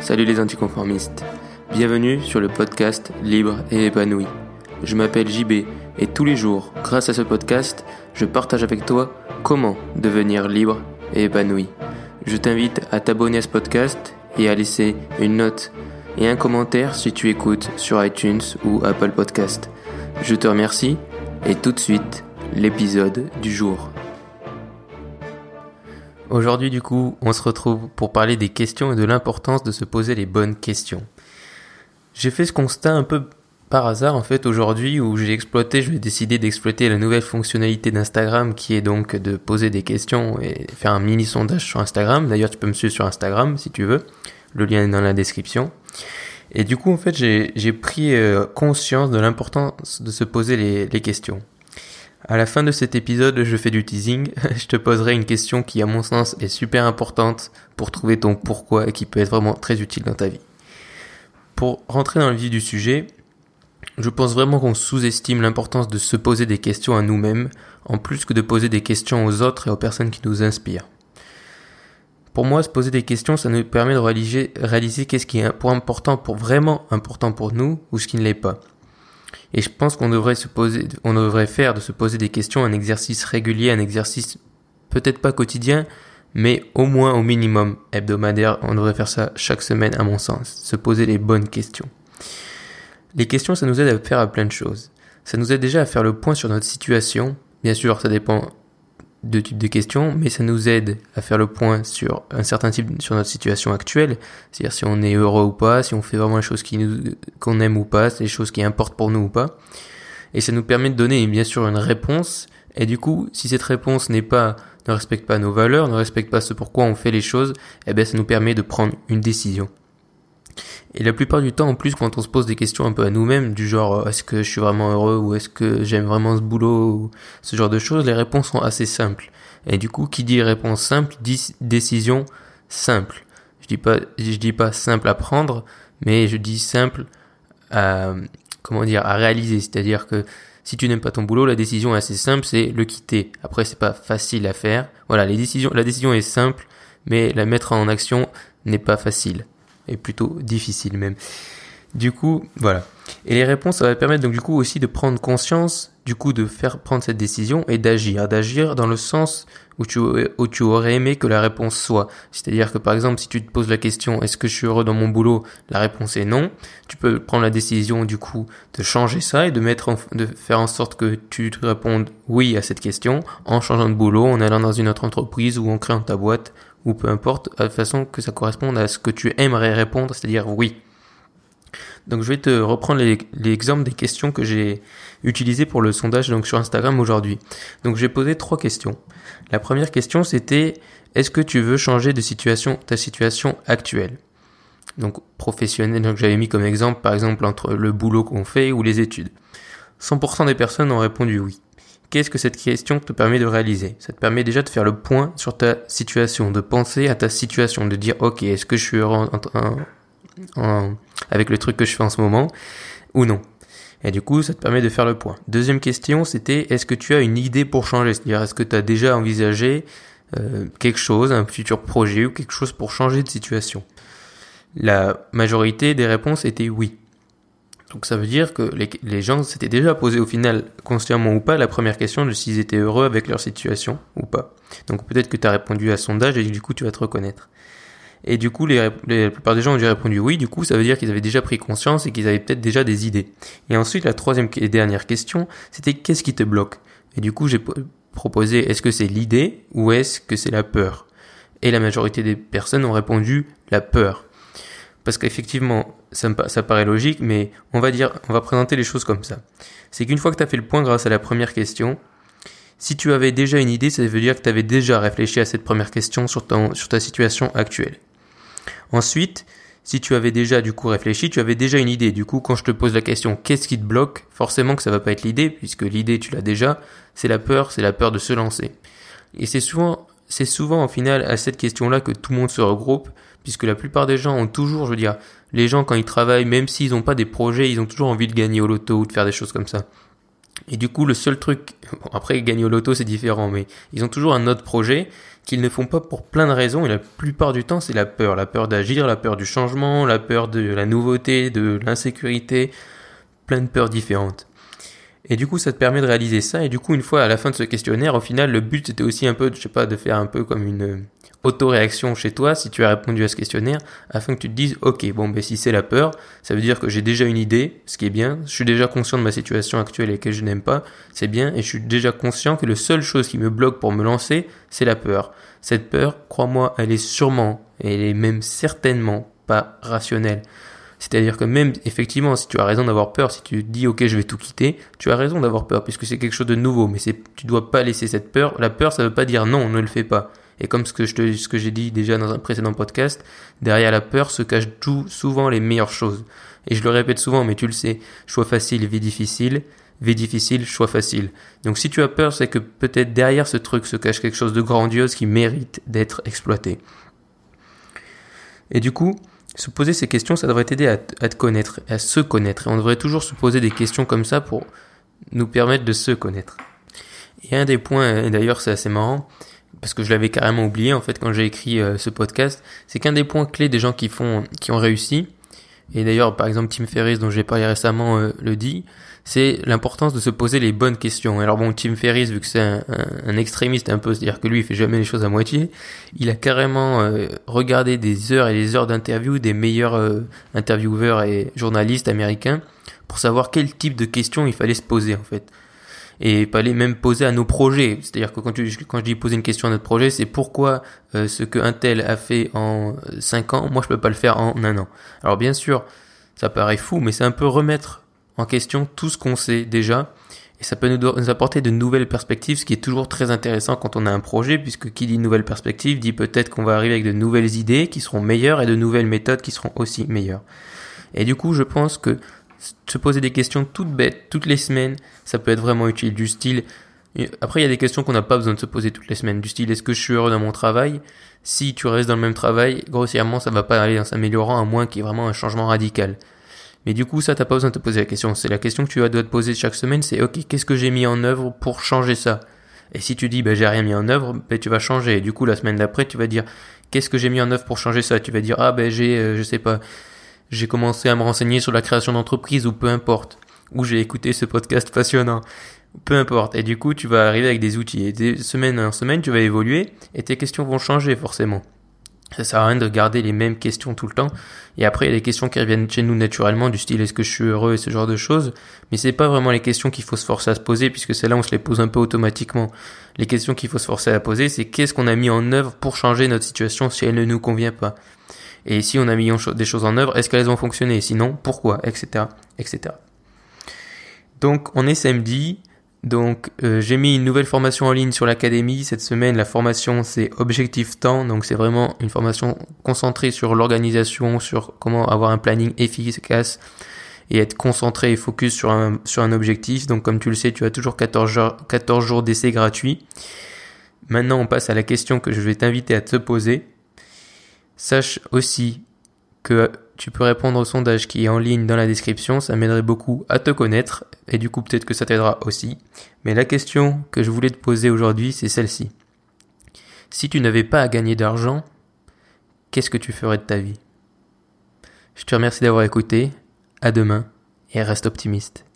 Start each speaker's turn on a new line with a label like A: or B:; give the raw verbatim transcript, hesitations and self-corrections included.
A: Salut les anticonformistes, bienvenue sur le podcast Libre et épanoui. Je m'appelle J B et tous les jours, grâce à ce podcast, je partage avec toi comment devenir libre et épanoui. Je t'invite à t'abonner à ce podcast et à laisser une note et un commentaire si tu écoutes sur iTunes ou Apple Podcast. Je te remercie et tout de suite, l'épisode du jour. Aujourd'hui, du coup, on se retrouve pour parler des questions et de l'importance de se poser les bonnes questions. J'ai fait ce constat un peu par hasard, en fait, aujourd'hui, où j'ai exploité, je vais décider d'exploiter la nouvelle fonctionnalité d'Instagram, qui est donc de poser des questions et faire un mini sondage sur Instagram. D'ailleurs, tu peux me suivre sur Instagram, si tu veux. Le lien est dans la description. Et du coup, en fait, j'ai, j'ai pris euh, conscience de l'importance de se poser les, les questions. À la fin de cet épisode, je fais du teasing. Je te poserai une question qui, à mon sens, est super importante pour trouver ton pourquoi et qui peut être vraiment très utile dans ta vie. Pour rentrer dans le vif du sujet, je pense vraiment qu'on sous-estime l'importance de se poser des questions à nous-mêmes, en plus que de poser des questions aux autres et aux personnes qui nous inspirent. Pour moi, se poser des questions, ça nous permet de réaliser, réaliser qu'est-ce qui est important pour, vraiment important pour nous ou ce qui ne l'est pas. Et je pense qu'on devrait se poser, on devrait faire de se poser des questions un exercice régulier, un exercice peut-être pas quotidien, mais au moins au minimum hebdomadaire. On devrait faire ça chaque semaine à mon sens, se poser les bonnes questions. Les questions, ça nous aide à faire à plein de choses. Ça nous aide déjà à faire le point sur notre situation. Bien sûr, ça dépend de type de questions, mais ça nous aide à faire le point sur un certain type, sur notre situation actuelle, c'est-à-dire si on est heureux ou pas, si on fait vraiment les choses qui nous, qu'on aime ou pas, les choses qui importent pour nous ou pas. Et ça nous permet de donner, bien sûr, une réponse. Et du coup, si cette réponse n'est pas, ne respecte pas nos valeurs, ne respecte pas ce pourquoi on fait les choses, eh ben, ça nous permet de prendre une décision. Et la plupart du temps, en plus, quand on se pose des questions un peu à nous-mêmes, du genre, est-ce que je suis vraiment heureux ou est-ce que j'aime vraiment ce boulot ou ce genre de choses, les réponses sont assez simples. Et du coup, qui dit réponse simple, dit décision simple. Je dis pas, je dis pas simple à prendre, mais je dis simple à, comment dire, à réaliser. C'est-à-dire que si tu n'aimes pas ton boulot, la décision est assez simple, c'est le quitter. Après, c'est pas facile à faire. Voilà, les décisions, la décision est simple, mais la mettre en action n'est pas facile. Et plutôt difficile même. Du coup, voilà. Et les réponses, ça va permettre donc du coup aussi de prendre conscience, du coup de faire prendre cette décision et d'agir. D'agir dans le sens où tu, où tu aurais aimé que la réponse soit. C'est-à-dire que par exemple, si tu te poses la question, est-ce que je suis heureux dans mon boulot? La réponse est non. Tu peux prendre la décision du coup de changer ça et de mettre en, de faire en sorte que tu te répondes oui à cette question en changeant de boulot, en allant dans une autre entreprise ou en créant ta boîte ou peu importe, de façon que ça corresponde à ce que tu aimerais répondre, c'est-à-dire oui. Donc je vais te reprendre les, l'exemple des questions que j'ai utilisées pour le sondage donc sur Instagram aujourd'hui. Donc j'ai posé trois questions. La première question c'était, est-ce que tu veux changer de situation, ta situation actuelle? Donc professionnelle, donc j'avais mis comme exemple par exemple entre le boulot qu'on fait ou les études. cent pour cent des personnes ont répondu oui. Qu'est-ce que cette question te permet de réaliser? Ça te permet déjà de faire le point sur ta situation, de penser à ta situation, de dire ok, est-ce que je suis heureux en, en, en, avec le truc que je fais en ce moment ou non? Et du coup, ça te permet de faire le point. Deuxième question, c'était est-ce que tu as une idée pour changer? C'est-à-dire est-ce que tu as déjà envisagé euh, quelque chose, un futur projet ou quelque chose pour changer de situation? La majorité des réponses étaient oui. Donc ça veut dire que les, les gens s'étaient déjà posé au final, consciemment ou pas, la première question de s'ils étaient heureux avec leur situation ou pas. Donc peut-être que tu as répondu à ce sondage et du coup tu vas te reconnaître. Et du coup les, les, la plupart des gens ont déjà répondu oui, du coup ça veut dire qu'ils avaient déjà pris conscience et qu'ils avaient peut-être déjà des idées. Et ensuite la troisième et dernière question, c'était qu'est-ce qui te bloque? Et du coup j'ai proposé est-ce que c'est l'idée ou est-ce que c'est la peur? Et la majorité des personnes ont répondu la peur. Parce qu'effectivement, ça, me, ça paraît logique, mais on va dire, on va présenter les choses comme ça. C'est qu'une fois que tu as fait le point grâce à la première question, si tu avais déjà une idée, ça veut dire que tu avais déjà réfléchi à cette première question sur, ton, sur ta situation actuelle. Ensuite, si tu avais déjà du coup réfléchi, tu avais déjà une idée. Du coup, quand je te pose la question, qu'est-ce qui te bloque? Forcément que ça va pas être l'idée, puisque l'idée, tu l'as déjà. C'est la peur, c'est la peur de se lancer. Et c'est souvent, c'est souvent, au final, à cette question-là que tout le monde se regroupe, puisque la plupart des gens ont toujours, je veux dire, les gens quand ils travaillent, même s'ils n'ont pas des projets, ils ont toujours envie de gagner au loto ou de faire des choses comme ça. Et du coup, le seul truc, bon, après gagner au loto c'est différent, mais ils ont toujours un autre projet qu'ils ne font pas pour plein de raisons, et la plupart du temps, c'est la peur. La peur d'agir, la peur du changement, la peur de la nouveauté, de l'insécurité, plein de peurs différentes. Et du coup, ça te permet de réaliser ça. Et du coup, une fois à la fin de ce questionnaire, au final, le but, c'était aussi un peu, je sais pas, de faire un peu comme une autoréaction chez toi, si tu as répondu à ce questionnaire, afin que tu te dises, ok, bon, ben si c'est la peur, ça veut dire que j'ai déjà une idée, ce qui est bien. Je suis déjà conscient de ma situation actuelle et que je n'aime pas, c'est bien. Et je suis déjà conscient que la seule chose qui me bloque pour me lancer, c'est la peur. Cette peur, crois-moi, elle est sûrement, et elle est même certainement pas rationnelle. C'est-à-dire que même, effectivement, si tu as raison d'avoir peur, si tu te dis, ok, je vais tout quitter, tu as raison d'avoir peur, puisque c'est quelque chose de nouveau, mais c'est, tu dois pas laisser cette peur. La peur, ça veut pas dire non, ne le fais pas. Et comme ce que je te, ce que j'ai dit déjà dans un précédent podcast, derrière la peur se cachent tout, souvent les meilleures choses. Et je le répète souvent, mais tu le sais, choix facile, vie difficile, vie difficile, choix facile. Donc si tu as peur, c'est que peut-être derrière ce truc se cache quelque chose de grandiose qui mérite d'être exploité. Et du coup, se poser ces questions, ça devrait t'aider à, à te connaître, à se connaître. Et on devrait toujours se poser des questions comme ça pour nous permettre de se connaître. Et un des points, et d'ailleurs c'est assez marrant, parce que je l'avais carrément oublié en fait quand j'ai écrit euh, ce podcast, c'est qu'un des points clés des gens qui font, qui ont réussi, et d'ailleurs par exemple Tim Ferriss dont j'ai parlé récemment euh, le dit, c'est l'importance de se poser les bonnes questions. Alors bon, Tim Ferriss, vu que c'est un, un, un extrémiste un peu, c'est-à-dire que lui il fait jamais les choses à moitié, il a carrément euh, regardé des heures et des heures d'interviews des meilleurs euh, intervieweurs et journalistes américains pour savoir quel type de questions il fallait se poser en fait. Et pas les même poser à nos projets. C'est-à-dire que quand, tu, quand je dis poser une question à notre projet, c'est pourquoi euh, ce que un tel a fait en cinq ans, moi je peux pas le faire en un an. Alors bien sûr, ça paraît fou, mais c'est un peu remettre en question tout ce qu'on sait déjà, et ça peut nous, nous apporter de nouvelles perspectives, ce qui est toujours très intéressant quand on a un projet, puisque qui dit nouvelles perspectives dit peut-être qu'on va arriver avec de nouvelles idées qui seront meilleures et de nouvelles méthodes qui seront aussi meilleures. Et du coup, je pense que se poser des questions toutes bêtes, toutes les semaines, ça peut être vraiment utile, du style... Après, il y a des questions qu'on n'a pas besoin de se poser toutes les semaines, du style, est-ce que je suis heureux dans mon travail? Si tu restes dans le même travail, grossièrement, ça va pas aller en s'améliorant, à moins qu'il y ait vraiment un changement radical. Mais du coup, ça, t'as pas besoin de te poser la question. C'est la question que tu dois te poser chaque semaine, c'est, ok, qu'est-ce que j'ai mis en œuvre pour changer ça? Et si tu dis, ben, j'ai rien mis en œuvre, ben, tu vas changer. Et du coup, la semaine d'après, tu vas dire, qu'est-ce que j'ai mis en œuvre pour changer ça? Tu vas dire, ah, ben, j'ai, euh, je sais pas, j'ai commencé à me renseigner sur la création d'entreprise, ou peu importe. Ou j'ai écouté ce podcast passionnant. Peu importe. Et du coup, tu vas arriver avec des outils. Et de semaine en semaine, tu vas évoluer, et tes questions vont changer, forcément. Ça sert à rien de garder les mêmes questions tout le temps. Et après, il y a des questions qui reviennent chez nous naturellement, du style est-ce que je suis heureux et ce genre de choses. Mais c'est pas vraiment les questions qu'il faut se forcer à se poser, puisque celles-là, on se les pose un peu automatiquement. Les questions qu'il faut se forcer à poser, c'est qu'est-ce qu'on a mis en œuvre pour changer notre situation si elle ne nous convient pas. Et si on a mis des choses en œuvre, est-ce qu'elles ont fonctionné? Sinon, pourquoi? Etc. etc. Donc, on est samedi. Donc euh, j'ai mis une nouvelle formation en ligne sur l'académie cette semaine. La formation c'est Objectif Temps, donc c'est vraiment une formation concentrée sur l'organisation, sur comment avoir un planning efficace et être concentré et focus sur un sur un objectif. Donc comme tu le sais, tu as toujours quatorze jours, quatorze jours d'essai gratuits. Maintenant on passe à la question que je vais t'inviter à te poser. Sache aussi que tu peux répondre au sondage qui est en ligne dans la description, ça m'aiderait beaucoup à te connaître, et du coup peut-être que ça t'aidera aussi. Mais la question que je voulais te poser aujourd'hui, c'est celle-ci. Si tu n'avais pas à gagner d'argent, qu'est-ce que tu ferais de ta vie? Je te remercie d'avoir écouté, à demain, et reste optimiste.